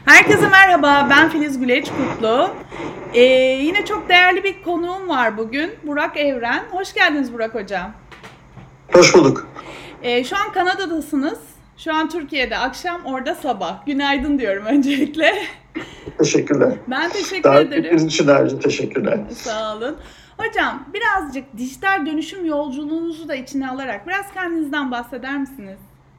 Herkese merhaba, ben Filiz Güleç Kutlu. Yine çok değerli bir konuğum var bugün, Burak Evren. Hoş geldiniz Burak Hocam. Hoş bulduk. Şu an Kanada'dasınız. Şu an Türkiye'de akşam, orada sabah. Günaydın diyorum öncelikle. Teşekkürler. Ben teşekkür Davet ederim. ettiğiniz için ayrıca teşekkürler. Sağ olun. Hocam, birazcık dijital dönüşüm yolculuğunuzu da içine alarak biraz kendinizden bahseder misiniz?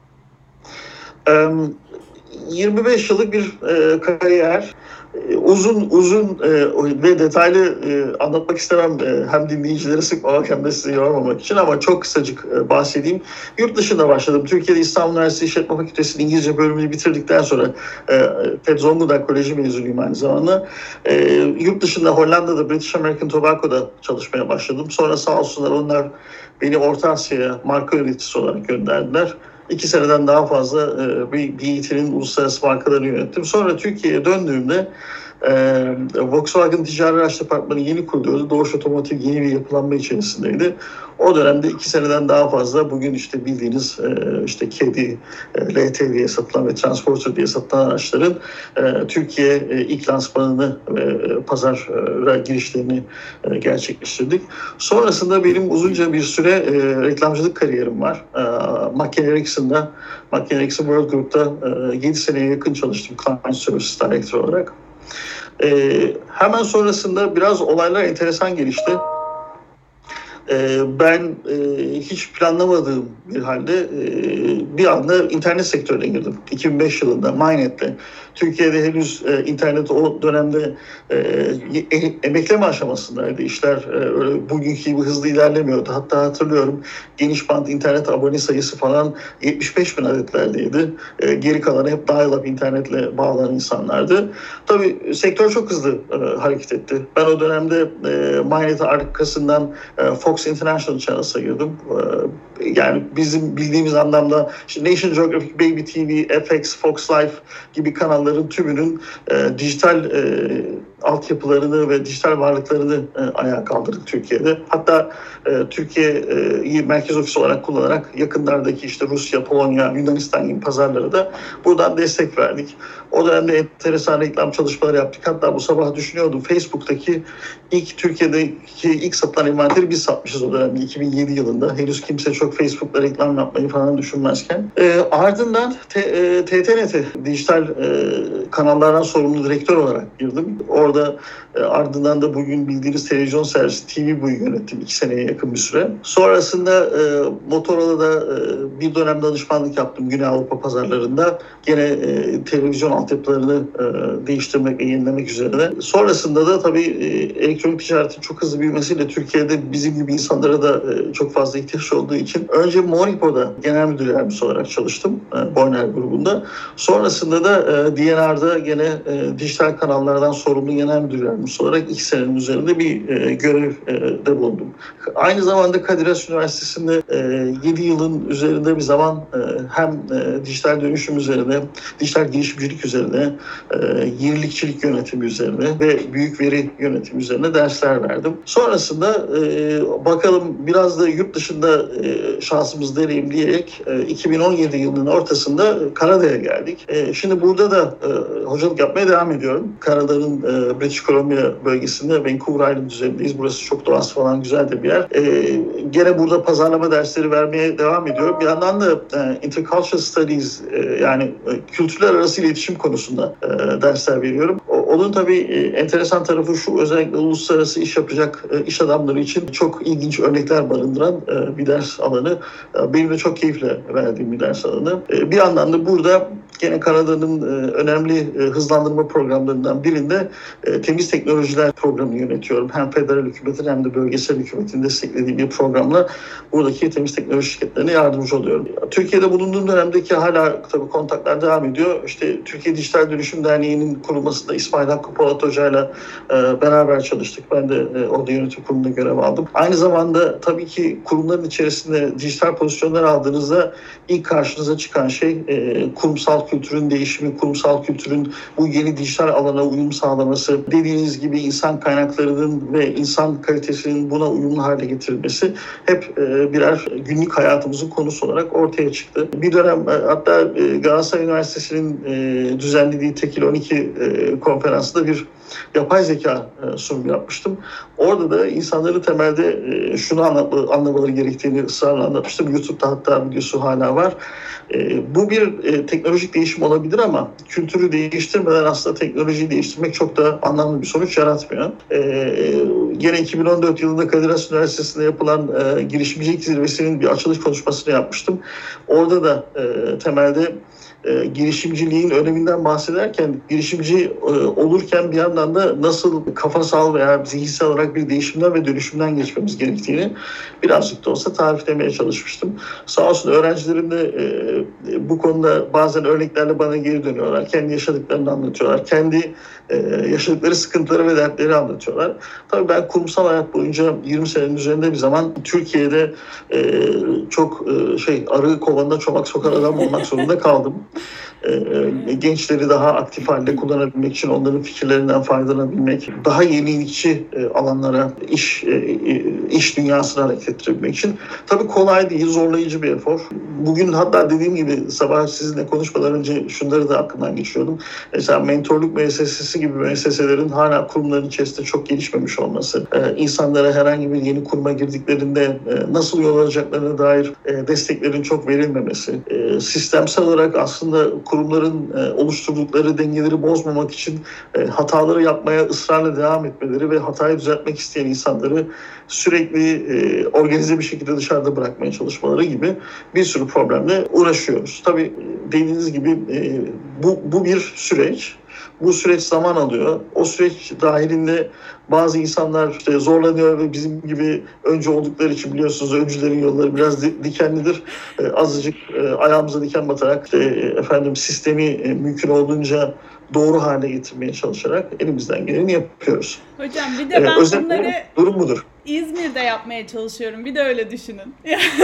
25 yıllık bir kariyer. Uzun ve detaylı anlatmak istemem, hem dinleyicileri sıkmamak hem de sizi yormamak için, ama çok kısacık bahsedeyim. Yurt dışında başladım. Türkiye'de İstanbul Üniversitesi İşletme Fakültesi'nin İngilizce bölümünü bitirdikten sonra TED Zonguldak Koleji mezunuyum aynı zamanda. Yurt dışında Hollanda'da, British American Tobacco'da çalışmaya başladım. Sonra sağ olsunlar, onlar beni Orta Asya'ya marka yöneticisi olarak gönderdiler. 2 seneden daha fazla bir BAT'nin uluslararası markalarını yönettim. Sonra Türkiye'ye döndüğümde Volkswagen Ticari Araç Departmanı yeni kuruluyordu. Doğuş Otomotiv yeni bir yapılanma içerisindeydi. O dönemde 2 seneden daha fazla bugün işte bildiğiniz işte Kedi, LT diye satılan ve Transporter diye satılan araçların Türkiye ilk lansmanını ve pazara girişlerini gerçekleştirdik. Sonrasında benim uzunca bir süre reklamcılık kariyerim var. McCann Ericsson'da, McCann Ericsson World Group'ta 7 seneye yakın çalıştım Client Services Director olarak. Hemen sonrasında biraz olaylar enteresan gelişti. Ben hiç planlamadığım bir halde bir anda internet sektörüne girdim. 2005 yılında MyNet'le. Türkiye'de henüz internet o dönemde emekleme aşamasındaydı. İşler bugünkü gibi hızlı ilerlemiyordu. Hatta hatırlıyorum, geniş bant internet abone sayısı falan 75 bin adetlerdeydi. Geri kalanı hep dial-up internetle bağlanan insanlardı. Tabii sektör çok hızlı hareket etti. Ben o dönemde MyNet arkasından Fox International Channels'a girdim. Yani bizim bildiğimiz anlamda işte National Geographic, Baby TV, FX, Fox Life gibi kanalların tümünün dijital altyapılarını ve dijital varlıklarını ayağa kaldırdık Türkiye'de. Hatta Türkiye'yi merkez ofis olarak kullanarak yakınlardaki işte Rusya, Polonya, Yunanistan gibi pazarlara da buradan destek verdik. O dönemde enteresan reklam çalışmaları yaptık. Hatta bu sabah düşünüyordum, Facebook'taki Türkiye'deki ilk satılan envanteri biz satmışız o dönemde 2007 yılında. Henüz kimse çok Facebook'ta reklam yapmayı falan düşünmezken. Ardından TTNT dijital kanallardan sorumlu direktör olarak girdim. Orada ardından da bugün bildiğiniz televizyon servisi TVBU'yu yönettim 2 seneye yakın bir süre. Sonrasında Motorola'da bir dönem danışmanlık yaptım Güney Avrupa pazarlarında. Gene televizyon altyapılarını değiştirmek ve yenilemek üzerine. Sonrasında da tabii elektronik ticaretin çok hızlı büyümesiyle Türkiye'de bizim gibi insanlara da çok fazla ihtiyaç olduğu için önce Monipo'da genel müdür yardımcısı olarak çalıştım Boyner grubunda. Sonrasında da DNR'da gene dijital kanallardan sorumlu genel müdür yardımcısı olarak 2 senenin üzerinde bir görevde bulundum. Aynı zamanda Kadir Has Üniversitesi'nde 7 yılın üzerinde bir zaman hem dijital dönüşüm üzerine, dijital girişimcilik üzerine, yenilikçilik yönetimi üzerine ve büyük veri yönetimi üzerine dersler verdim. Sonrasında bakalım biraz da yurt dışında şansımız deneyim diyerek 2017 yılının ortasında Kanada'ya geldik. Şimdi burada da hocalık yapmaya devam ediyorum. Kanada'nın British Columbia bölgesinde Vancouver Island üzerindeyiz. Burası çok doğası falan güzel de bir yer. Gene burada pazarlama dersleri vermeye devam ediyorum. Bir yandan da Intercultural Studies yani kültürler arası iletişim konusunda dersler veriyorum. Onun tabii enteresan tarafı şu, özellikle uluslararası iş yapacak iş adamları için çok ilginç örnekler barındıran bir ders alanı. Benim de çok keyifle verdiğim bir ders alanı. Bir yandan da burada gene Kanada'nın önemli hızlandırma programlarından birinde temiz teknolojiler programını yönetiyorum. Hem federal hükümetin hem de bölgesel hükümetin desteklediği bir programla buradaki temiz teknoloji şirketlerine yardımcı oluyorum. Türkiye'de bulunduğum dönemdeki hala tabii kontaklar devam ediyor. İşte Türkiye Dijital Dönüşüm Derneği'nin kurulmasında İsmail Aydan Polat Hoca'yla beraber çalıştık. Ben de orada yönetim kurulunda görev aldım. Aynı zamanda tabii ki kurumların içerisinde dijital pozisyonlar aldığınızda ilk karşınıza çıkan şey kurumsal kültürün değişimi, kurumsal kültürün bu yeni dijital alana uyum sağlaması, dediğiniz gibi insan kaynaklarının ve insan kalitesinin buna uyumlu hale getirilmesi hep birer günlük hayatımızın konusu olarak ortaya çıktı. Bir dönem hatta Galatasaray Üniversitesi'nin düzenlediği Tekil 12 konferansında bir yapay zeka sunumu yapmıştım. Orada da insanları temelde şunu anlamaları gerektiğini ısrarla anlatmıştım. YouTube'da hatta videosu hala var. Bu bir teknolojik değişim olabilir ama kültürü değiştirmeden aslında teknolojiyi değiştirmek çok da anlamlı bir sonuç yaratmıyor. Gene 2014 yılında Kadir Has Üniversitesi'nde yapılan girişimcilik zirvesinin bir açılış konuşmasını yapmıştım. Orada da temelde girişimciliğin öneminden bahsederken girişimci olurken bir yandan da nasıl kafasal veya zihinsel olarak bir değişimden ve dönüşümden geçmemiz gerektiğini birazcık da olsa tariflemeye çalışmıştım. Sağ olsun öğrencilerim de bu konuda bazen örneklerle bana geri dönüyorlar. Kendi yaşadıklarını anlatıyorlar. Kendi yaşadıkları sıkıntıları ve dertleri anlatıyorlar. Tabii ben kurumsal hayat boyunca 20 senenin üzerinde bir zaman Türkiye'de çok arı kovanına çomak sokan adam olmak zorunda kaldım. Gençleri daha aktif halde kullanabilmek için onların fikirlerinden faydalanabilmek, daha yenilikçi alanlara, iş dünyasına hareket ettirebilmek için tabii kolay değil, zorlayıcı bir efor. Bugün hatta dediğim gibi sabah sizinle konuşmadan önce şunları da aklımdan geçiriyordum. Mesela mentorluk müessesesi gibi müesseselerin hala kurumların içerisinde çok gelişmemiş olması, insanlara herhangi bir yeni kuruma girdiklerinde nasıl yol alacaklarına dair desteklerin çok verilmemesi, sistemsel olarak aslında kurumların oluşturdukları dengeleri bozmamak için hataları yapmaya ısrarla devam etmeleri ve hatayı düzeltmek isteyen insanları sürekli organize bir şekilde dışarıda bırakmaya çalışmaları gibi bir sürü problemle uğraşıyoruz. Tabii dediğiniz gibi bu bir süreç. Bu süreç zaman alıyor. O süreç dahilinde bazı insanlar zorlanıyor ve bizim gibi öncü oldukları için biliyorsunuz öncülerin yolları biraz dikenlidir. Azıcık ayağımıza diken batarak sistemi mümkün olduğunca doğru hale getirmeye çalışarak elimizden geleni yapıyoruz. Hocam bir de ben bunları durum budur. İzmir'de yapmaya çalışıyorum. Bir de öyle düşünün.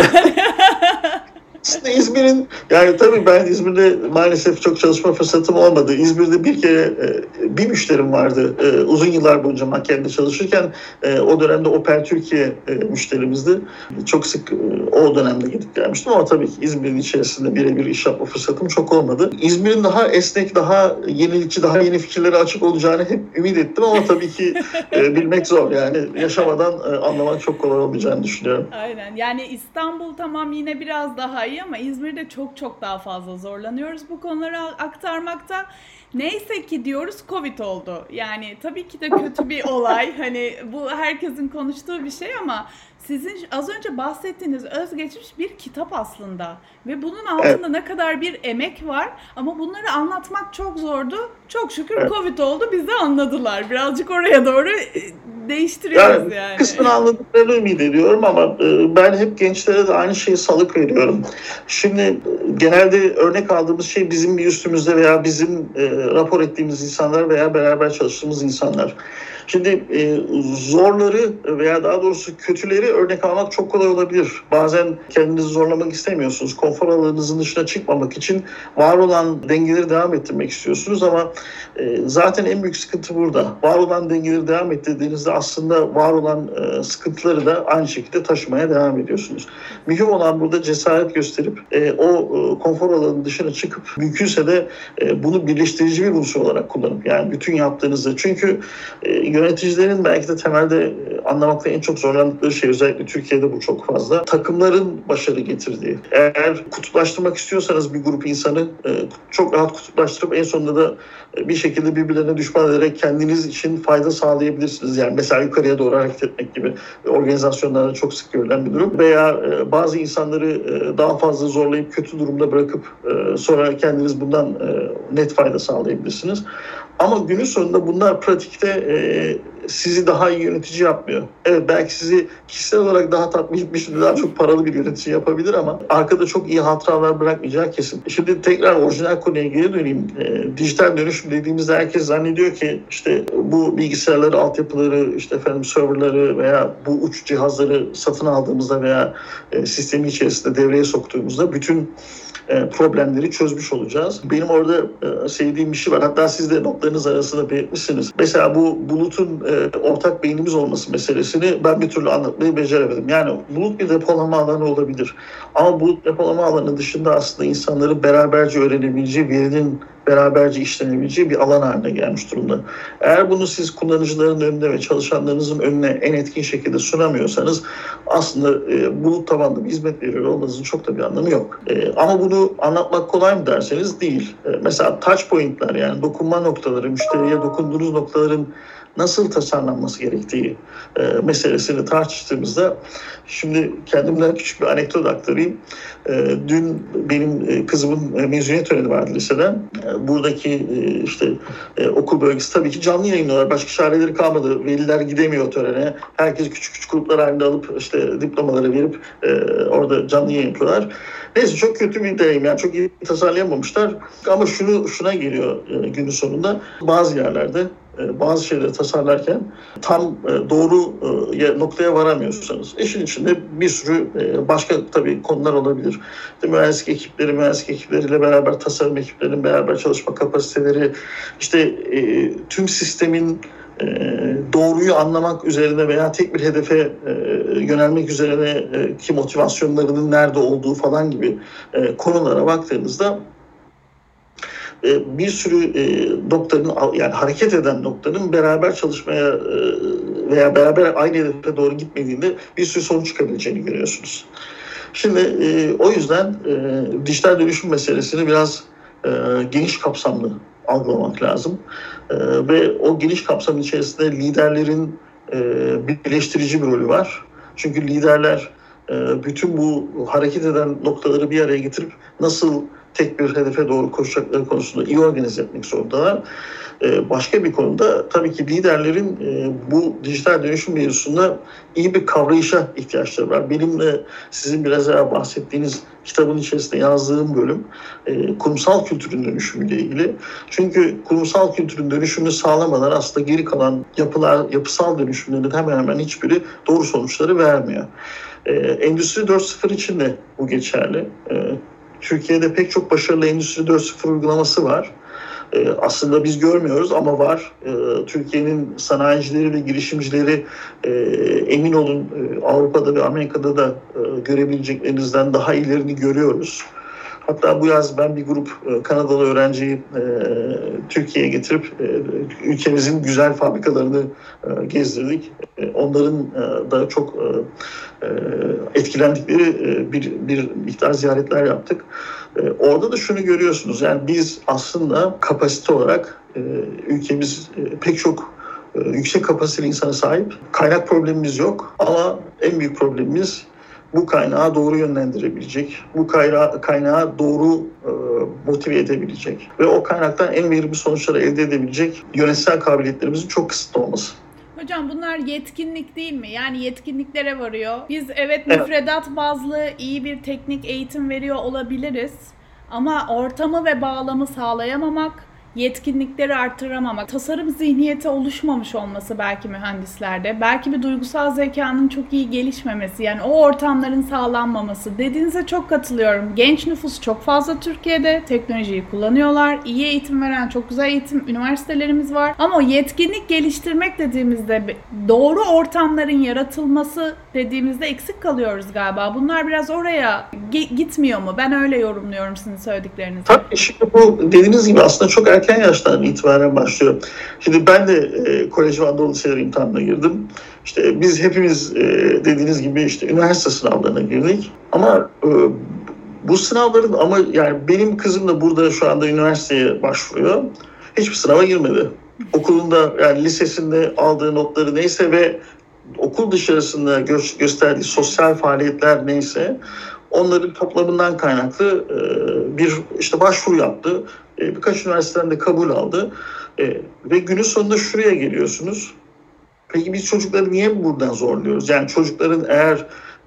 Aslında İzmir'in, yani tabii ben İzmir'de maalesef çok çalışma fırsatım olmadı. İzmir'de bir kere bir müşterim vardı. Uzun yıllar boyunca Makya'da çalışırken o dönemde Opel Türkiye müşterimizdi. Çok sık o dönemde gidip gelmiştim ama tabii ki İzmir'in içerisinde birebir iş yapma fırsatım çok olmadı. İzmir'in daha esnek, daha yenilikçi, daha yeni fikirlere açık olacağını hep ümit ettim ama tabii ki bilmek zor. Yani yaşamadan anlamak çok kolay olmayacağını düşünüyorum. Aynen. Yani İstanbul tamam yine biraz daha iyi ama İzmir'de çok daha fazla zorlanıyoruz bu konuları aktarmakta. Neyse ki diyoruz Covid oldu. Yani tabii ki de kötü bir olay. Hani bu herkesin konuştuğu bir şey ama sizin az önce bahsettiğiniz özgeçmiş bir kitap aslında. Ve bunun altında ne kadar bir emek var ama bunları anlatmak çok zordu. Çok şükür Covid oldu, bizi anladılar. Birazcık oraya doğru değiştiriyoruz yani. Kısmını anladıklarını ümit ediyorum ama ben hep gençlere de aynı şeyi salık veriyorum. Şimdi genelde örnek aldığımız şey bizim bir üstümüzde veya bizim rapor ettiğimiz insanlar veya beraber çalıştığımız insanlar. Şimdi zorları veya daha doğrusu kötüleri örnek almak çok kolay olabilir. Bazen kendinizi zorlamak istemiyorsunuz. Konfor alanınızın dışına çıkmamak için var olan dengeleri devam ettirmek istiyorsunuz ama zaten en büyük sıkıntı burada. Var olan dengeleri devam ettirdiğinizde aslında var olan sıkıntıları da aynı şekilde taşımaya devam ediyorsunuz. Mühim olan burada cesaret gösterip o konfor alanının dışına çıkıp mümkünse de bunu birleştirici bir unsur olarak kullanıp yani bütün yaptığınızda çünkü yöneticilerin belki de temelde anlamakta en çok zorlandıkları şey özellikle Türkiye'de bu çok fazla. Takımların başarı getirdiği. Eğer kutuplaştırmak istiyorsanız bir grup insanı çok rahat kutuplaştırıp en sonunda da bir şekilde birbirlerine düşman ederek kendiniz için fayda sağlayabilirsiniz. Yani mesela yukarıya doğru hareket etmek gibi organizasyonlarda çok sık görülen bir durum. Veya bazı insanları daha fazla zorlayıp kötü durumda bırakıp sonra kendiniz bundan net fayda sağlayabilirsiniz. Ama günün sonunda bunlar pratikte sizi daha iyi yönetici yapmıyor. Evet, belki sizi kişisel olarak daha tatmin etmiş, daha çok paralı bir yönetici yapabilir ama arkada çok iyi hatıralar bırakmayacağı kesin. Şimdi tekrar orijinal konuya geri döneyim. Dijital dönüşüm dediğimizde herkes zannediyor ki işte bu bilgisayarları, altyapıları, işte efendim serverları veya bu uç cihazları satın aldığımızda veya sistemin içerisinde devreye soktuğumuzda bütün problemleri çözmüş olacağız. Benim orada sevdiğim bir şey var. Hatta siz de notlarınız arasında belirtmişsiniz. Mesela bu bulutun ortak beynimiz olması meselesini ben bir türlü anlatmayı beceremedim. Yani bulut bir depolama alanı olabilir. Ama bulut depolama alanı dışında aslında insanların beraberce öğrenebileceği, verinin beraberce işlenebileceği bir alan haline gelmiş durumda. Eğer bunu siz kullanıcıların önüne ve çalışanlarınızın önüne en etkin şekilde sunamıyorsanız aslında bulut tabanlı bir hizmet veriyor olmanızın çok da bir anlamı yok. Ama bunu anlatmak kolay mı derseniz değil. Mesela touch point'ler, yani dokunma noktaları, müşteriye dokunduğunuz noktaların nasıl tasarlanması gerektiği meselesini tartıştığımızda, şimdi kendimden küçük bir anekdot aktarayım. Dün benim kızımın mezuniyet töreni vardı liseden. Buradaki okul bölgesi tabii ki canlı yayınlıyorlar. Başka çareleri kalmadı. Veliler gidemiyor törene. Herkes küçük küçük gruplar halinde alıp diplomaları verip orada canlı yayın yapıyorlar. Neyse, çok kötü bir deneyim. Yani çok iyi tasarlayamamışlar. Ama şuna geliyor günün sonunda. Bazı yerlerde bazı şeyleri tasarlarken tam doğru noktaya varamıyorsanız işin içinde bir sürü başka tabii konular olabilir. Mühendislik ekipleriyle beraber tasarım ekiplerinin beraber çalışma kapasiteleri, tüm sistemin doğruyu anlamak üzerine veya tek bir hedefe yönelmek üzerine ki motivasyonlarının nerede olduğu falan gibi konulara baktığınızda bir sürü noktanın, yani hareket eden noktanın beraber çalışmaya veya beraber aynı hedefe doğru gitmediğinde bir sürü sorun çıkabileceğini görüyorsunuz. Şimdi o yüzden dijital dönüşüm meselesini biraz geniş kapsamlı algılamak lazım. Ve o geniş kapsamın içerisinde liderlerin birleştirici bir rolü var. Çünkü liderler bütün bu hareket eden noktaları bir araya getirip nasıl tek bir hedefe doğru koşacakları konusunda iyi organize etmek zorundalar. Başka bir konuda tabii ki liderlerin bu dijital dönüşüm mevzusunda iyi bir kavrayışa ihtiyaçları var. Benim de sizin biraz evvel bahsettiğiniz kitabın içerisinde yazdığım bölüm kurumsal kültürün dönüşümüyle ilgili. Çünkü kurumsal kültürün dönüşümünü sağlamadan aslında geri kalan yapısal dönüşümlerin hemen hemen hiçbiri doğru sonuçları vermiyor. Endüstri 4.0 için de bu geçerli. Türkiye'de pek çok başarılı Endüstri 4.0 uygulaması var. Aslında biz görmüyoruz ama var. Türkiye'nin sanayicileri ve girişimcileri emin olun Avrupa'da ve Amerika'da da görebileceklerinizden daha ilerini görüyoruz. Hatta bu yaz ben bir grup Kanadalı öğrenciyi Türkiye'ye getirip ülkemizin güzel fabrikalarını gezdirdik. Onların da çok etkilendikleri bir miktar ziyaretler yaptık. Orada da şunu görüyorsunuz, yani biz aslında kapasite olarak ülkemiz pek çok yüksek kapasiteli insana sahip. Kaynak problemimiz yok ama en büyük problemimiz bu kaynağı doğru yönlendirebilecek, bu kaynağı doğru motive edebilecek ve o kaynaktan en verimli sonuçları elde edebilecek yönetsel kabiliyetlerimizin çok kısıtlı olması. Hocam bunlar yetkinlik değil mi? Yani yetkinliklere varıyor. Biz evet müfredat bazlı iyi bir teknik eğitim veriyor olabiliriz. Ama ortamı ve bağlamı sağlayamamak, yetkinlikleri arttıramamak, tasarım zihniyeti oluşmamış olması belki mühendislerde, belki bir duygusal zekanın çok iyi gelişmemesi, yani o ortamların sağlanmaması. Dediğinize çok katılıyorum. Genç nüfus çok fazla Türkiye'de, teknolojiyi kullanıyorlar. İyi eğitim veren çok güzel eğitim üniversitelerimiz var. Ama o yetkinlik geliştirmek dediğimizde, doğru ortamların yaratılması dediğimizde eksik kalıyoruz galiba. Bunlar biraz oraya gitmiyor mu? Ben öyle yorumluyorum sizin söylediklerinizi. Tabii şimdi bu dediğiniz gibi aslında çok erken yaştan itibaren başlıyor. Şimdi ben de kolej ve Anadolu Liseleri imtihanına girdim. Biz hepimiz dediğiniz gibi üniversite sınavlarına girdik. Ama bu sınavların yani benim kızım da burada şu anda üniversiteye başvuruyor. Hiçbir sınava girmedi. Okulunda, yani lisesinde aldığı notları neyse ve okul dışarısında gösterdiği sosyal faaliyetler neyse onların toplamından kaynaklı bir başvuru yaptı. Birkaç üniversiteden de kabul aldı. Ve günün sonunda şuraya geliyorsunuz. Peki biz çocukları niye buradan zorluyoruz? Yani çocukların eğer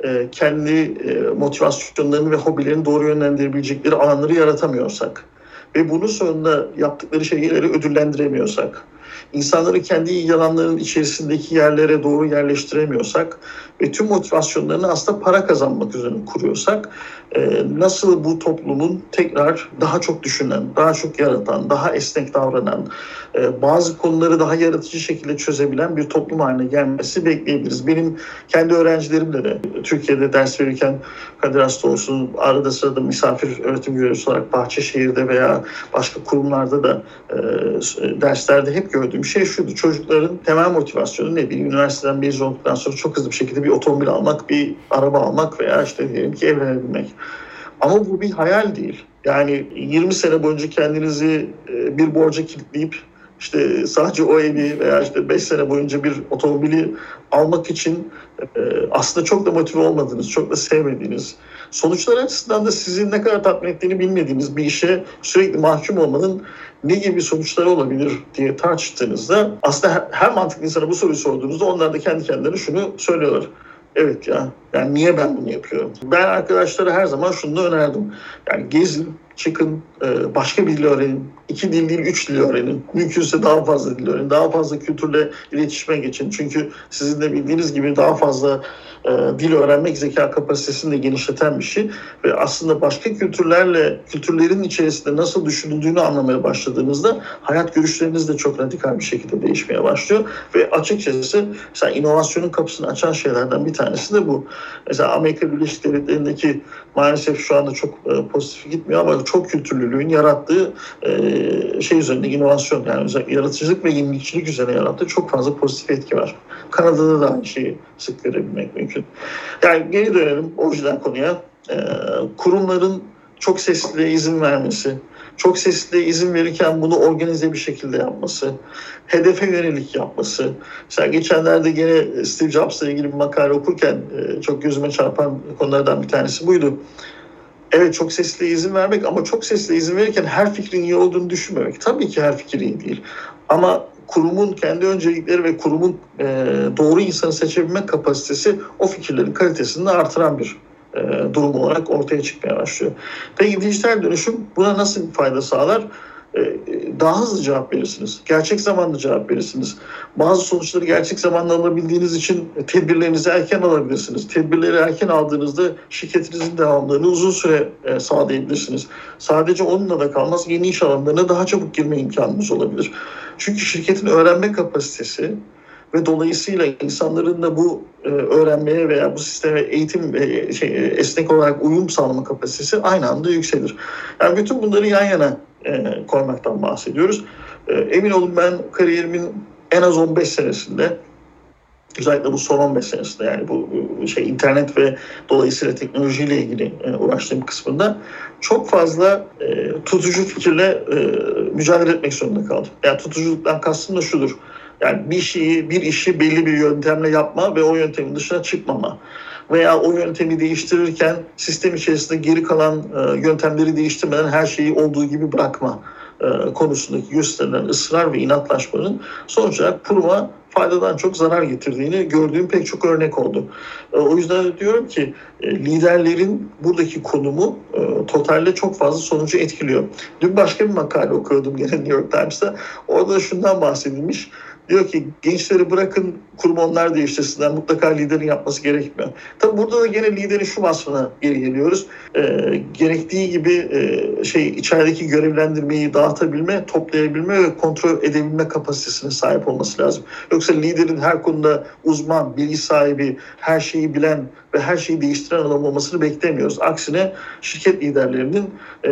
kendi motivasyonlarını ve hobilerini doğru yönlendirebilecekleri alanları yaratamıyorsak ve bunun sonunda yaptıkları şeyleri ödüllendiremiyorsak, insanları kendi yalanların içerisindeki yerlere doğru yerleştiremiyorsak ve tüm motivasyonlarını aslında para kazanmak üzerine kuruyorsak, nasıl bu toplumun tekrar daha çok düşünen, daha çok yaratan, daha esnek davranan, bazı konuları daha yaratıcı şekilde çözebilen bir toplum haline gelmesi bekleyebiliriz. Benim kendi öğrencilerimle de Türkiye'de ders verirken, Kadir Has'ta olsun, arada sırada misafir öğretim görevlisi olarak Bahçeşehir'de veya başka kurumlarda da derslerde hep gördüğüm şey şuydu: çocukların temel motivasyonu ne? Bir üniversiteden mezun olduktan sonra çok hızlı bir şekilde bir otomobil almak, bir araba almak veya işte diyelim ki evlenebilmek. Ama bu bir hayal değil. Yani 20 sene boyunca kendinizi bir borca kilitleyip işte sadece o evi veya işte 5 sene boyunca bir otomobili almak için aslında çok da motive olmadığınız, çok da sevmediğiniz, sonuçlar açısından da sizin ne kadar tatmin ettiğini bilmediğiniz bir işe sürekli mahkum olmanın ne gibi sonuçları olabilir diye tartıştığınızda, aslında her mantıklı insana bu soruyu sorduğunuzda onlar da kendi kendilerine şunu söylüyorlar: evet ya, yani niye ben bunu yapıyorum? Ben arkadaşlara her zaman şunu da önerdim: yani gezin, çıkın, başka bir dil öğrenin. 2 dil değil, 3 dil öğrenin. Mümkünse daha fazla dil öğrenin. Daha fazla kültürle iletişime geçin. Çünkü sizin de bildiğiniz gibi daha fazla dil öğrenmek zeka kapasitesini de genişleten bir şey. Ve aslında başka kültürlerin içerisinde nasıl düşünüldüğünü anlamaya başladığınızda hayat görüşleriniz de çok radikal bir şekilde değişmeye başlıyor. Ve açıkçası mesela inovasyonun kapısını açan şeylerden bir tanesi de bu. Mesela Amerika Birleşik Devletleri'ndeki maalesef şu anda çok pozitif gitmiyor ama çok kültürlülüğün yarattığı şey üzerinde, inovasyon, yani özellikle yaratıcılık ve yenilikçilik üzerine yarattığı çok fazla pozitif etki var. Kanada'da da aynı şeyi sık görebilmek mümkün. Yani geri dönelim orijinal konuya. Kurumların çok sesliliğe izin vermesi, çok sesliliğe izin verirken bunu organize bir şekilde yapması, hedefe yönelik yapması. Mesela geçenlerde gene Steve Jobs'la ilgili bir makale okurken çok gözüme çarpan konulardan bir tanesi buydu. Evet, çok sesliye izin vermek ama çok sesliye izin verirken her fikrin iyi olduğunu düşünmemek. Tabii ki her fikir iyi değil. Ama kurumun kendi öncelikleri ve kurumun doğru insanı seçebilme kapasitesi o fikirlerin kalitesini de artıran bir durum olarak ortaya çıkmaya başlıyor. Peki dijital dönüşüm buna nasıl bir fayda sağlar? Daha hızlı cevap verirsiniz. Gerçek zamanlı cevap verirsiniz. Bazı sonuçları gerçek zamanlı alabildiğiniz için tedbirlerinizi erken alabilirsiniz. Tedbirleri erken aldığınızda şirketinizin devamlılığını uzun süre sağlayabilirsiniz. Sadece onunla da kalmaz, yeni iş alanlarına daha çabuk girme imkanınız olabilir. Çünkü şirketin öğrenme kapasitesi ve dolayısıyla insanların da bu öğrenmeye veya bu sisteme eğitim esnek olarak uyum sağlama kapasitesi aynı anda yükselir. Yani bütün bunları yan yana koymaktan bahsediyoruz. Emin olun, ben kariyerimin en az 15 senesinde, özellikle bu son 15 senesinde, yani bu internet ve dolayısıyla teknolojiyle ilgili uğraştığım kısmında çok fazla tutucu fikirle mücadele etmek zorunda kaldım. Yani tutuculuktan kastım da şudur: yani bir işi belli bir yöntemle yapma ve o yöntemin dışına çıkmama. Veya o yöntemi değiştirirken sistem içerisinde geri kalan yöntemleri değiştirmeden her şeyi olduğu gibi bırakma konusundaki gösterilen ısrar ve inatlaşmanın sonuç olarak kuruma faydadan çok zarar getirdiğini gördüğüm pek çok örnek oldu. O yüzden diyorum ki liderlerin buradaki konumu totalde çok fazla sonucu etkiliyor. Dün başka bir makale okuyordum gene New York Times'ta. Orada şundan bahsedilmiş. Diyor ki gençleri bırakın, kurum onlar değiştirsinler, mutlaka liderin yapması gerekmiyor. Tabii burada da gene liderin şu vasfına geri geliyoruz. Gerektiği gibi içerideki görevlendirmeyi dağıtabilme, toplayabilme ve kontrol edebilme kapasitesine sahip olması lazım. Yoksa liderin her konuda uzman, bilgi sahibi, her şeyi bilen ve her şeyi değiştiren adam olmasını beklemiyoruz. Aksine şirket liderlerinin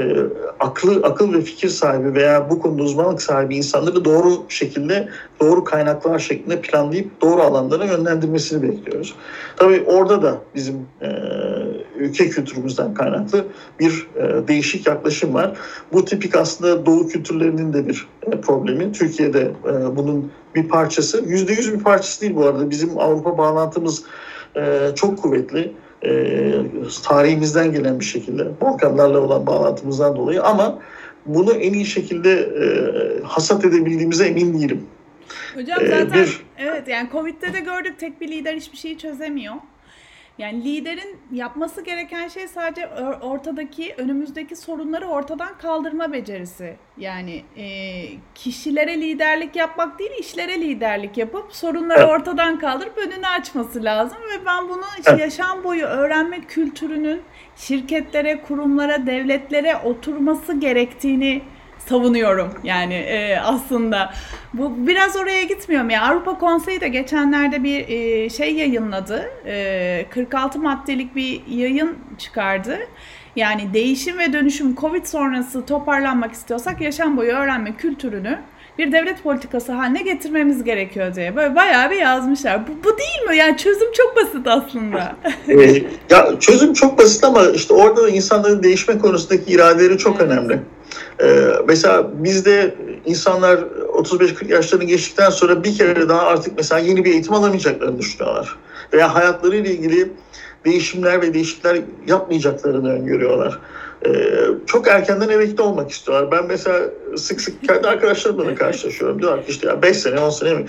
akıl ve fikir sahibi veya bu konuda uzmanlık sahibi insanları doğru şekilde, doğru kaynaklar şeklinde planlayıp doğru alanlara yönlendirmesini bekliyoruz. Tabii orada da bizim ülke kültürümüzden kaynaklı bir değişik yaklaşım var. Bu tipik aslında Doğu kültürlerinin de bir problemi. Türkiye'de bunun bir parçası. %100 bir parçası değil bu arada. Bizim Avrupa bağlantımız çok kuvvetli. Tarihimizden gelen bir şekilde, Balkanlarla olan bağlantımızdan dolayı, ama bunu en iyi şekilde hasat edebildiğimize emin değilim. Hocam zaten Bir evet, yani Covid'de de gördük, tek bir lider hiçbir şeyi çözemiyor. Yani liderin yapması gereken şey sadece ortadaki, önümüzdeki sorunları ortadan kaldırma becerisi. Yani kişilere liderlik yapmak değil, işlere liderlik yapıp sorunları evet, ortadan kaldırıp önünü açması lazım. Ve ben bunu evet. yaşam boyu öğrenme kültürünün şirketlere, kurumlara, devletlere oturması gerektiğini savunuyorum. Yani aslında bu biraz oraya gitmiyorum ya. Avrupa Konseyi de geçenlerde bir şey yayınladı. 46 maddelik bir yayın çıkardı. Yani değişim ve dönüşüm, Covid sonrası toparlanmak istiyorsak yaşam boyu öğrenme kültürünü bir devlet politikası haline getirmemiz gerekiyor diye. Böyle bayağı bir yazmışlar. Bu değil mi? Yani çözüm çok basit aslında. Ya çözüm çok basit ama işte orada da insanların değişme konusundaki iradeleri çok Evet. önemli. Mesela bizde insanlar 35-40 yaşlarını geçtikten sonra bir kere daha artık mesela yeni bir eğitim alamayacaklarını düşünüyorlar. Veya hayatlarıyla ilgili değişimler ve değişiklikler yapmayacaklarını öngörüyorlar. Çok erkenden emekli olmak istiyorlar. Ben mesela sık sık kendi arkadaşlarımla da karşılaşıyorum. Diyorlar ki işte ya 5 sene 10 sene mi?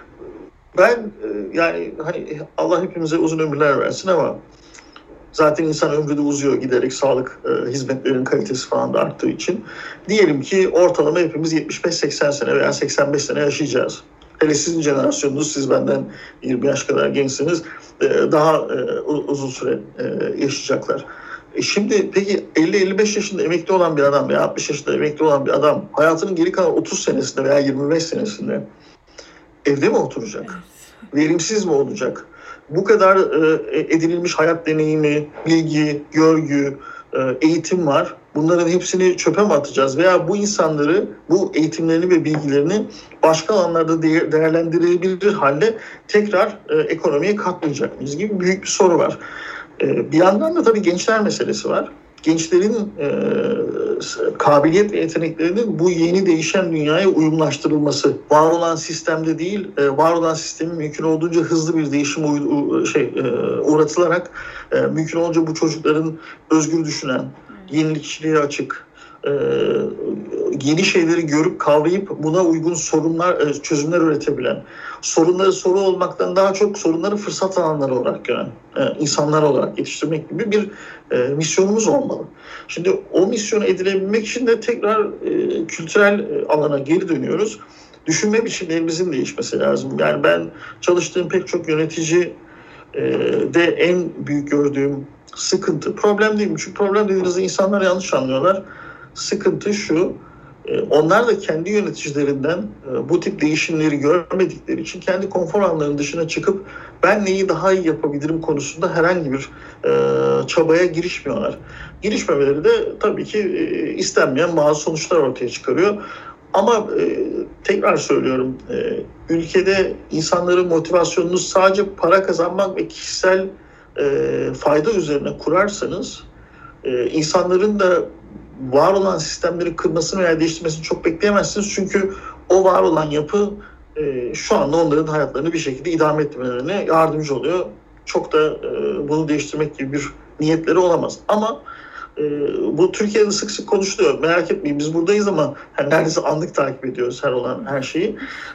Ben yani hani Allah hepimize uzun ömürler versin ama zaten insan ömrü de uzuyor giderek sağlık hizmetlerinin kalitesi falan da arttığı için. Diyelim ki ortalama hepimiz 75-80 sene veya 85 sene yaşayacağız. Hele sizin jenerasyonunuz, siz benden 20 yaş kadar gençsiniz, daha uzun süre yaşayacaklar. Şimdi peki 50-55 yaşında emekli olan bir adam veya 60 yaşında emekli olan bir adam hayatının geri kalan 30 senesinde veya 25 senesinde evde mi oturacak? Verimsiz mi olacak? Bu kadar edinilmiş hayat deneyimi, bilgi, görgü, eğitim var. Bunların hepsini çöpe mi atacağız? Veya bu insanları, bu eğitimlerini ve bilgilerini başka alanlarda değerlendirebilir halde tekrar ekonomiye katmayacak mıyız gibi büyük bir soru var. Bir yandan da tabii gençler meselesi var. Gençlerin kabiliyet ve yeteneklerinin bu yeni değişen dünyaya uyumlaştırılması, var olan sistemde değil, var olan sistemin mümkün olduğunca hızlı bir değişime uğratılarak mümkün olunca bu çocukların özgür düşünen, yenilikçiliğe açık, yeni şeyleri görüp kavrayıp buna uygun çözümler üretebilen, sorunları soru olmaktan daha çok sorunları fırsat alanları olarak gören insanlar olarak yetiştirmek gibi bir misyonumuz olmalı. Şimdi o misyonu edinebilmek için de tekrar kültürel alana geri dönüyoruz. Düşünme biçimlerimizin değişmesi lazım. Yani ben çalıştığım pek çok yönetici de en büyük gördüğüm sıkıntı, problem değil mi? Çünkü problem dediğinizde insanlar yanlış anlıyorlar. Sıkıntı şu, onlar da kendi yöneticilerinden bu tip değişimleri görmedikleri için kendi konfor alanlarının dışına çıkıp ben neyi daha iyi yapabilirim konusunda herhangi bir çabaya girişmiyorlar. Girişmemeleri de tabii ki istenmeyen bazı sonuçlar ortaya çıkarıyor. Ama tekrar söylüyorum, ülkede insanların motivasyonunu sadece para kazanmak ve kişisel fayda üzerine kurarsanız insanların da var olan sistemleri kırmasını veya değiştirmesini çok bekleyemezsiniz. Çünkü o var olan yapı şu anda onların hayatlarını bir şekilde idame etmelerine yardımcı oluyor. Çok da bunu değiştirmek gibi bir niyetleri olamaz. Ama bu Türkiye'de sık sık konuşuluyor. Merak etmeyin, biz buradayız ama neredeyse anlık takip ediyoruz her şeyi.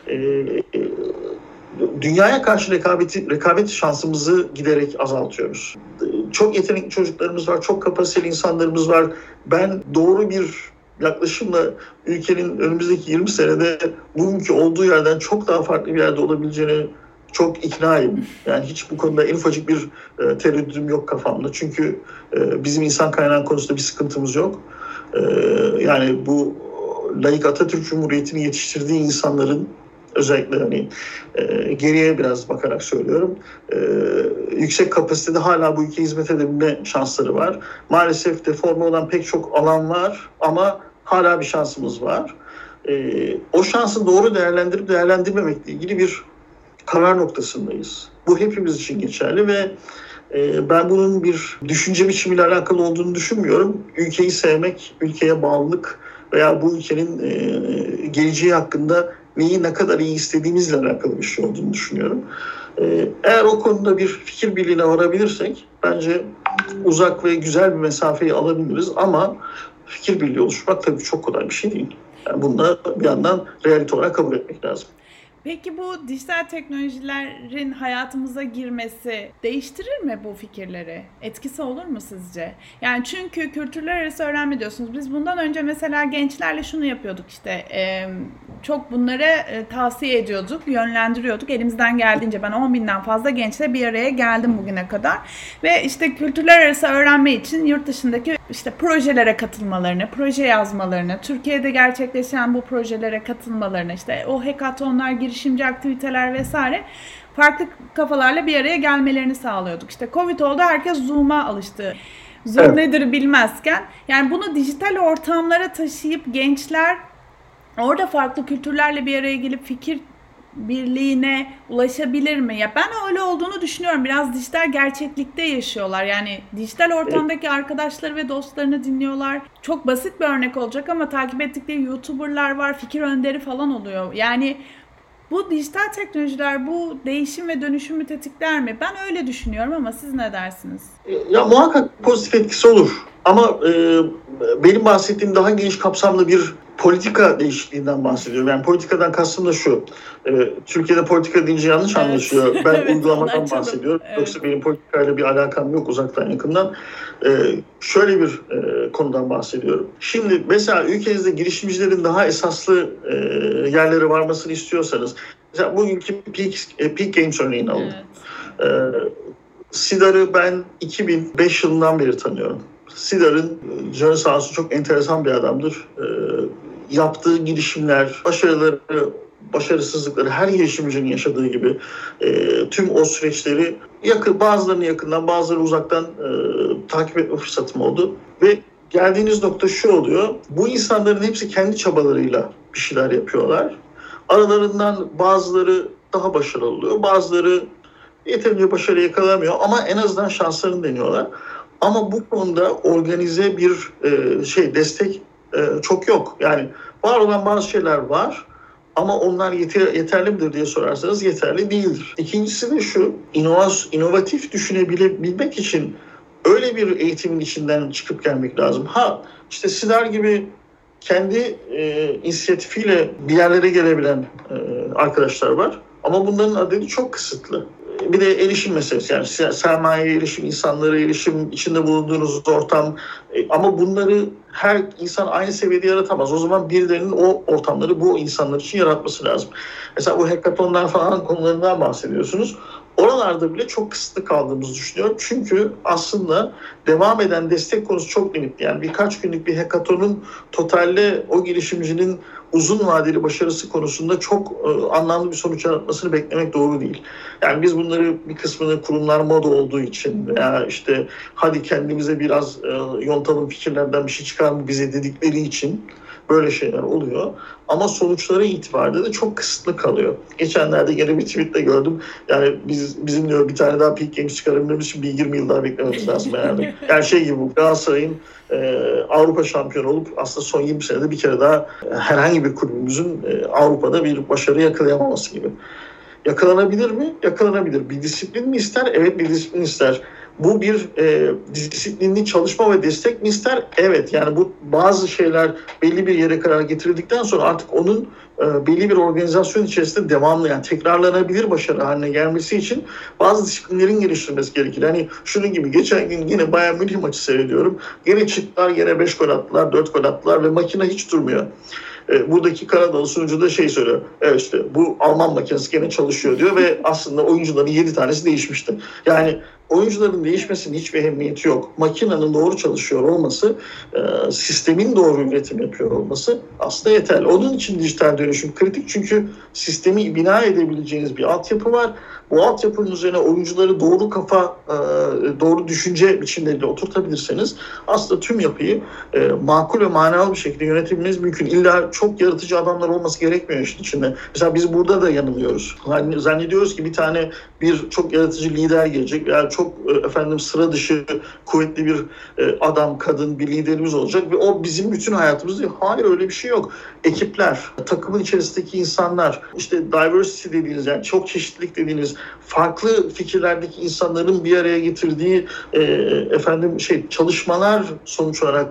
Dünyaya karşı rekabet şansımızı giderek azaltıyoruz. Çok yetenekli çocuklarımız var, çok kapasiteli insanlarımız var. Ben doğru bir yaklaşımla ülkenin önümüzdeki 20 senede bugünkü olduğu yerden çok daha farklı bir yerde olabileceğini çok iknaayım. Yani hiç bu konuda en ufacık bir tereddütüm yok kafamda. Çünkü bizim insan kaynağı konusunda bir sıkıntımız yok. Yani bu laik Atatürk Cumhuriyeti'ni yetiştirdiği insanların özellikle hani geriye biraz bakarak söylüyorum. Yüksek kapasitede hala bu ülkeye hizmet edebilme şansları var. Maalesef deforme olan pek çok alan var ama hala bir şansımız var. O şansı doğru değerlendirip değerlendirmemekle ilgili bir karar noktasındayız. Bu hepimiz için geçerli ve ben bunun bir düşünce biçimiyle alakalı olduğunu düşünmüyorum. Ülkeyi sevmek, ülkeye bağlılık veya bu ülkenin geleceği hakkında neyi ne kadar iyi istediğimizle alakalı bir şey olduğunu düşünüyorum. Eğer o konuda bir fikir birliğine varabilirsek bence uzak ve güzel bir mesafeyi alabiliriz ama fikir birliği oluşturmak tabii çok kolay bir şey değil. Yani bunu da bir yandan realite olarak kabul etmek lazım. Peki bu dijital teknolojilerin hayatımıza girmesi değiştirir mi bu fikirleri? Etkisi olur mu sizce? Yani çünkü kültürler arası öğrenme diyorsunuz. Biz bundan önce mesela gençlerle şunu yapıyorduk işte. Çok bunları tavsiye ediyorduk, yönlendiriyorduk. Elimizden geldiğince ben 10.000'den fazla gençle bir araya geldim bugüne kadar. Ve işte kültürler arası öğrenme için yurt dışındaki işte projelere katılmalarını, proje yazmalarını, Türkiye'de gerçekleşen bu projelere katılmalarını, işte o hackathonlar, girişimci aktiviteler vesaire farklı kafalarla bir araya gelmelerini sağlıyorduk. İşte Covid oldu, herkes Zoom'a alıştı. Zoom Evet. nedir bilmezken. Yani bunu dijital ortamlara taşıyıp gençler orada farklı kültürlerle bir araya gelip fikir birliğine ulaşabilir mi? Ya ben öyle olduğunu düşünüyorum. Biraz dijital gerçeklikte yaşıyorlar. Yani dijital ortamdaki arkadaşları ve dostlarını dinliyorlar. Çok basit bir örnek olacak ama takip ettikleri YouTuber'lar var, fikir önderi falan oluyor. Yani bu dijital teknolojiler bu değişim ve dönüşümü tetikler mi? Ben öyle düşünüyorum ama siz ne dersiniz? Ya muhakkak pozitif etkisi olur. Ama benim bahsettiğim daha geniş kapsamlı bir politika değişikliğinden bahsediyorum. Yani politikadan kastım da şu. Türkiye'de politika deyince yanlış Evet. anlaşılıyor. Ben Evet, onu uygulamadan açalım. bahsediyorum. Evet. Yoksa benim politikayla bir alakam yok uzaktan yakından. Şöyle bir konudan bahsediyorum. Şimdi mesela ülkenizde girişimcilerin daha esaslı yerlere varmasını istiyorsanız, mesela bugünkü Peak Games örneğini alın. Evet. Sidar'ı ben 2005 yılından beri tanıyorum. Sidar'ın canı sağ olsun çok enteresan bir adamdır. Yaptığı girişimler, başarıları, başarısızlıkları her girişimcinin yaşadığı gibi tüm o süreçleri bazılarını yakından bazılarını uzaktan takip etme fırsatım oldu. Ve geldiğiniz nokta şu oluyor. Bu insanların hepsi kendi çabalarıyla bir şeyler yapıyorlar. Aralarından bazıları daha başarılı oluyor. Bazıları yeterince başarı yakalamıyor ama en azından şanslarını deniyorlar. Ama bu konuda organize bir destek çok yok. Yani var olan bazı şeyler var ama onlar yeterli midir diye sorarsanız yeterli değildir. İkincisi de şu, inovatif düşünebilmek için öyle bir eğitimin içinden çıkıp gelmek lazım. İşte Sidar gibi kendi inisiyatifiyle bir yerlere gelebilen arkadaşlar var. Ama bunların adedi çok kısıtlı. Bir de erişim meselesi, yani sermayeye erişim, insanlara erişim, içinde bulunduğunuz ortam. Ama bunları her insan aynı seviyede yaratamaz. O zaman birilerinin o ortamları bu insanlar için yaratması lazım. Mesela bu hackathonlar falan konularından bahsediyorsunuz. Oralarda bile çok kısıtlı kaldığımızı düşünüyorum. Çünkü aslında devam eden destek konusu çok limitli. Yani birkaç günlük bir hackathonun totalde o girişimcinin uzun vadeli başarısı konusunda çok anlamlı bir sonuç yaratmasını beklemek doğru değil. Yani biz bunları bir kısmını kurumlar moda olduğu için veya işte hadi kendimize biraz yontalım fikirlerden bir şey çıkar mı bize dedikleri için böyle şeyler oluyor. Ama sonuçları itibariyle de çok kısıtlı kalıyor. Geçenlerde gene bir tweetle gördüm. Yani bizim diyor bir tane daha Peak Games çıkarabilmemiz için bir 20 yıl daha beklememiz lazım herhalde. Yani şey gibi, bu Galatasaray'ın Avrupa şampiyonu olup aslında son 20 senede bir kere daha herhangi bir kulübümüzün Avrupa'da bir başarı yakalayamaması gibi. Yakalanabilir mi? Yakalanabilir. Bir disiplin mi ister? Evet, bir disiplin ister. Bu bir disiplinli çalışma ve destek mi ister? Evet. Yani bu bazı şeyler belli bir yere kadar getirildikten sonra artık onun belli bir organizasyon içerisinde devamlı, yani tekrarlanabilir başarı haline gelmesi için bazı disiplinlerin geliştirilmesi gerekir. Hani şunun gibi, geçen gün yine Bayern Münih maçı seyrediyorum. Yine çıktılar, yine 5 gol attılar, 4 gol attılar ve makine hiç durmuyor. Buradaki Kanadalı sunucu da şey söylüyor. Evet, işte bu Alman makinesi gene çalışıyor diyor ve aslında oyuncuların 7 tanesi değişmişti. Yani oyuncuların değişmesinin hiçbir ehemmiyeti yok. Makinenin doğru çalışıyor olması, sistemin doğru üretim yapıyor olması aslında yeterli. Onun için dijital dönüşüm kritik, çünkü sistemi bina edebileceğiniz bir altyapı var. Bu altyapının üzerine oyuncuları doğru kafa, doğru düşünce biçimleriyle oturtabilirseniz aslında tüm yapıyı makul ve manalı bir şekilde yönetebilmeniz mümkün. İlla çok yaratıcı adamlar olması gerekmiyor işin içinde. Mesela biz burada da yanılıyoruz. Zannediyoruz ki bir çok yaratıcı lider gelecek veya çok sıra dışı kuvvetli bir adam, kadın, bir liderimiz olacak ve o bizim bütün hayatımız değil. Hayır, öyle bir şey yok. Ekipler, takımın içerisindeki insanlar, işte diversity dediğiniz, yani çok çeşitlilik dediğiniz, farklı fikirlerdeki insanların bir araya getirdiği çalışmalar sonuç olarak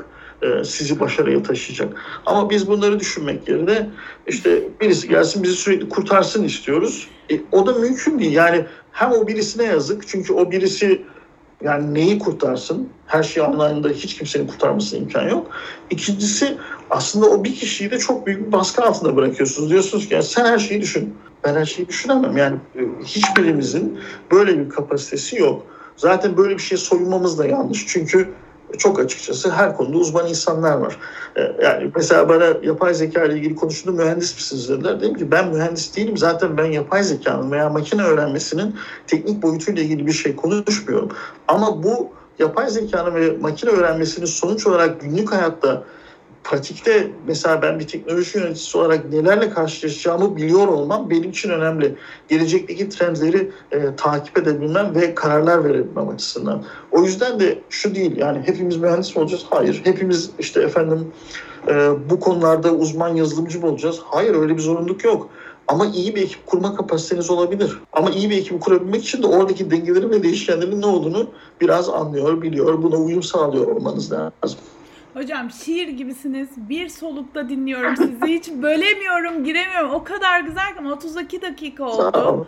sizi başarıya taşıyacak. Ama biz bunları düşünmek yerine işte birisi gelsin bizi sürekli kurtarsın istiyoruz. O da mümkün değil. Yani hem o birisine yazık çünkü o birisi yani neyi kurtarsın? Her şeyi anlayında hiç kimsenin kurtarmasına imkan yok. İkincisi aslında o bir kişiyi de çok büyük bir baskı altında bırakıyorsunuz. Diyorsunuz ki yani sen her şeyi düşün. Ben her şeyi düşünemem. Yani hiçbirimizin böyle bir kapasitesi yok. Zaten böyle bir şeye soyunmamız da yanlış. Çünkü çok açıkçası her konuda uzman insanlar var. Yani mesela bana yapay zeka ile ilgili konuştuğumda mühendis misiniz dediler. Dedim ki ben mühendis değilim. Zaten ben yapay zekanın veya makine öğrenmesinin teknik boyutuyla ilgili bir şey konuşmuyorum. Ama bu yapay zekanın ve makine öğrenmesinin sonuç olarak günlük hayatta pratikte mesela ben bir teknoloji yöneticisi olarak nelerle karşılaşacağımı biliyor olmam benim için önemli. Gelecekteki trendleri takip edebilmem ve kararlar verebilmem açısından. O yüzden de şu değil yani hepimiz mühendis mi olacağız? Hayır. Hepimiz işte efendim bu konularda uzman yazılımcı mı olacağız? Hayır öyle bir zorunluluk yok. Ama iyi bir ekip kurma kapasiteniz olabilir. Ama iyi bir ekip kurabilmek için de oradaki dengelerin ve değişkenlerin ne olduğunu biraz anlıyor, biliyor, buna uyum sağlıyor olmanız lazım. Hocam şiir gibisiniz. Bir solukta dinliyorum sizi. Hiç bölemiyorum, giremiyorum. O kadar güzel ki ama 32 dakika oldu.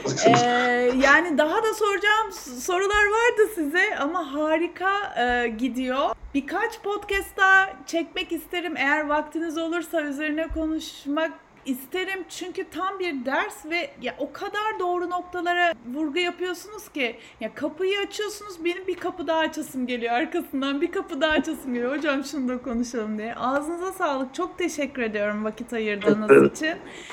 Yani daha da soracağım sorular vardı size ama harika gidiyor. Birkaç podcast daha çekmek isterim. Eğer vaktiniz olursa üzerine konuşmak isterim çünkü tam bir ders ve ya o kadar doğru noktalara vurgu yapıyorsunuz ki ya kapıyı açıyorsunuz benim bir kapı daha açasım geliyor arkasından bir kapı daha açasım geliyor hocam şunu da konuşalım diye. Ağzınıza sağlık, çok teşekkür ediyorum vakit ayırdığınız için.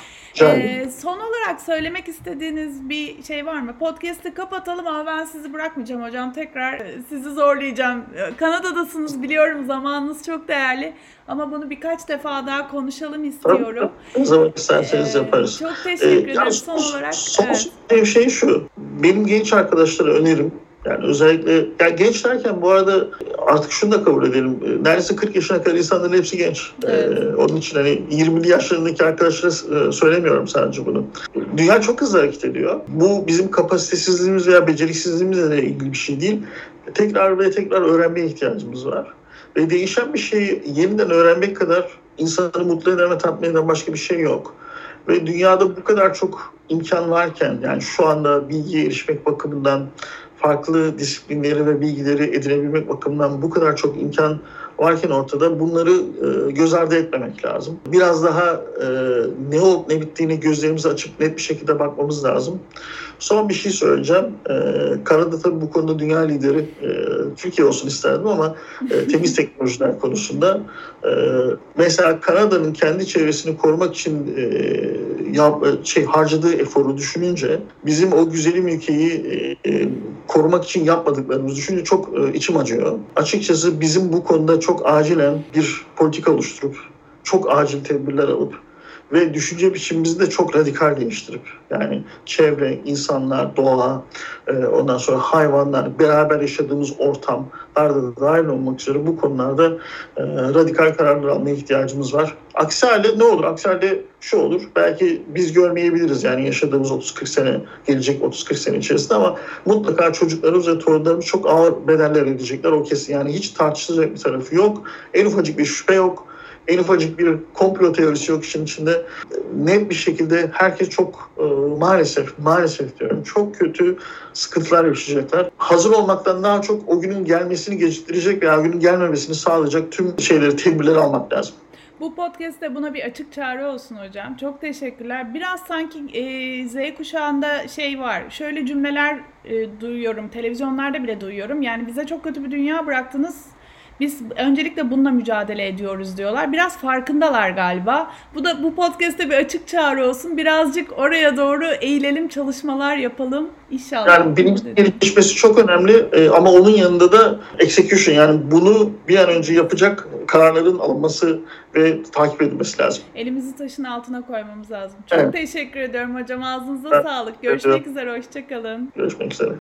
Son olarak söylemek istediğiniz bir şey var mı? Podcast'ı kapatalım ama ben sizi bırakmayacağım hocam. Tekrar sizi zorlayacağım. Kanada'dasınız biliyorum, zamanınız çok değerli. Ama bunu birkaç defa daha konuşalım istiyorum. Ne zaman isterseniz yaparız. Çok teşekkür ederim. Son olarak. Son şey şu. Benim genç arkadaşlara önerim. Yani özellikle yani genç derken bu arada artık şunu da kabul edelim. Neredeyse 40 yaşına kadar insanların hepsi genç. Evet. Onun için hani 20'li yaşlarındaki arkadaşlara söylemiyorum sadece bunu. Dünya çok hızlı hareket ediyor. Bu bizim kapasitesizliğimiz veya beceriksizliğimizle de ilgili bir şey değil. Tekrar ve tekrar öğrenmeye ihtiyacımız var. Ve değişen bir şeyi yeniden öğrenmek kadar insanı mutlu eden ve tatmin eden başka bir şey yok. Ve dünyada bu kadar çok imkan varken yani şu anda bilgiye erişmek bakımından farklı disiplinleri ve bilgileri edinebilmek bakımından bu kadar çok imkan varken ortada bunları göz ardı etmemek lazım. Biraz daha ne olup ne bittiğini gözlerimizi açıp net bir şekilde bakmamız lazım. Son bir şey söyleyeceğim. Kanada tabii bu konuda dünya lideri. Türkiye olsun isterdim ama temiz teknolojiler konusunda. Mesela Kanada'nın kendi çevresini korumak için harcadığı eforu düşününce bizim o güzelim ülkeyi korumak için yapmadıklarımızı düşününce çok içim acıyor. Açıkçası bizim bu konuda çok acilen bir politika oluşturup çok acil tedbirler alıp ve düşünce biçimimizi de çok radikal değiştirip yani çevre, insanlar, doğa, ondan sonra hayvanlar, beraber yaşadığımız ortamlar da dahil olmak üzere bu konularda radikal kararlar almaya ihtiyacımız var. Aksi halde ne olur? Aksi halde şu olur. Belki biz görmeyebiliriz yani yaşadığımız 30-40 sene, gelecek 30-40 sene içerisinde ama mutlaka çocuklarımız ve torunlarımız çok ağır bedeller ödeyecekler o kesin. Yani hiç tartışılacak bir tarafı yok. En ufacık bir şüphe yok. En ufacık bir komplo teorisi yok işin içinde. Net bir şekilde herkes çok maalesef diyorum çok kötü sıkıntılar yaşayacaklar. Hazır olmaktan daha çok o günün gelmesini geciktirecek veya günün gelmemesini sağlayacak tüm tedbirleri almak lazım. Bu podcast'te buna bir açık çağrı olsun hocam. Çok teşekkürler. Biraz sanki Z kuşağında şey var. Şöyle cümleler duyuyorum. Televizyonlarda bile duyuyorum. Yani bize çok kötü bir dünya bıraktınız. Biz öncelikle bununla mücadele ediyoruz diyorlar. Biraz farkındalar galiba. Bu podcast'te bir açık çağrı olsun. Birazcık oraya doğru eğilelim, çalışmalar yapalım inşallah. Yani bilimsel gelişmesi çok önemli ama onun yanında da execution yani bunu bir an önce yapacak kararların alınması ve takip edilmesi lazım. Elimizi taşın altına koymamız lazım. Çok teşekkür ediyorum hocam. Ağzınıza sağlık. Görüşmek üzere. Hoşça kalın. Görüşmek üzere.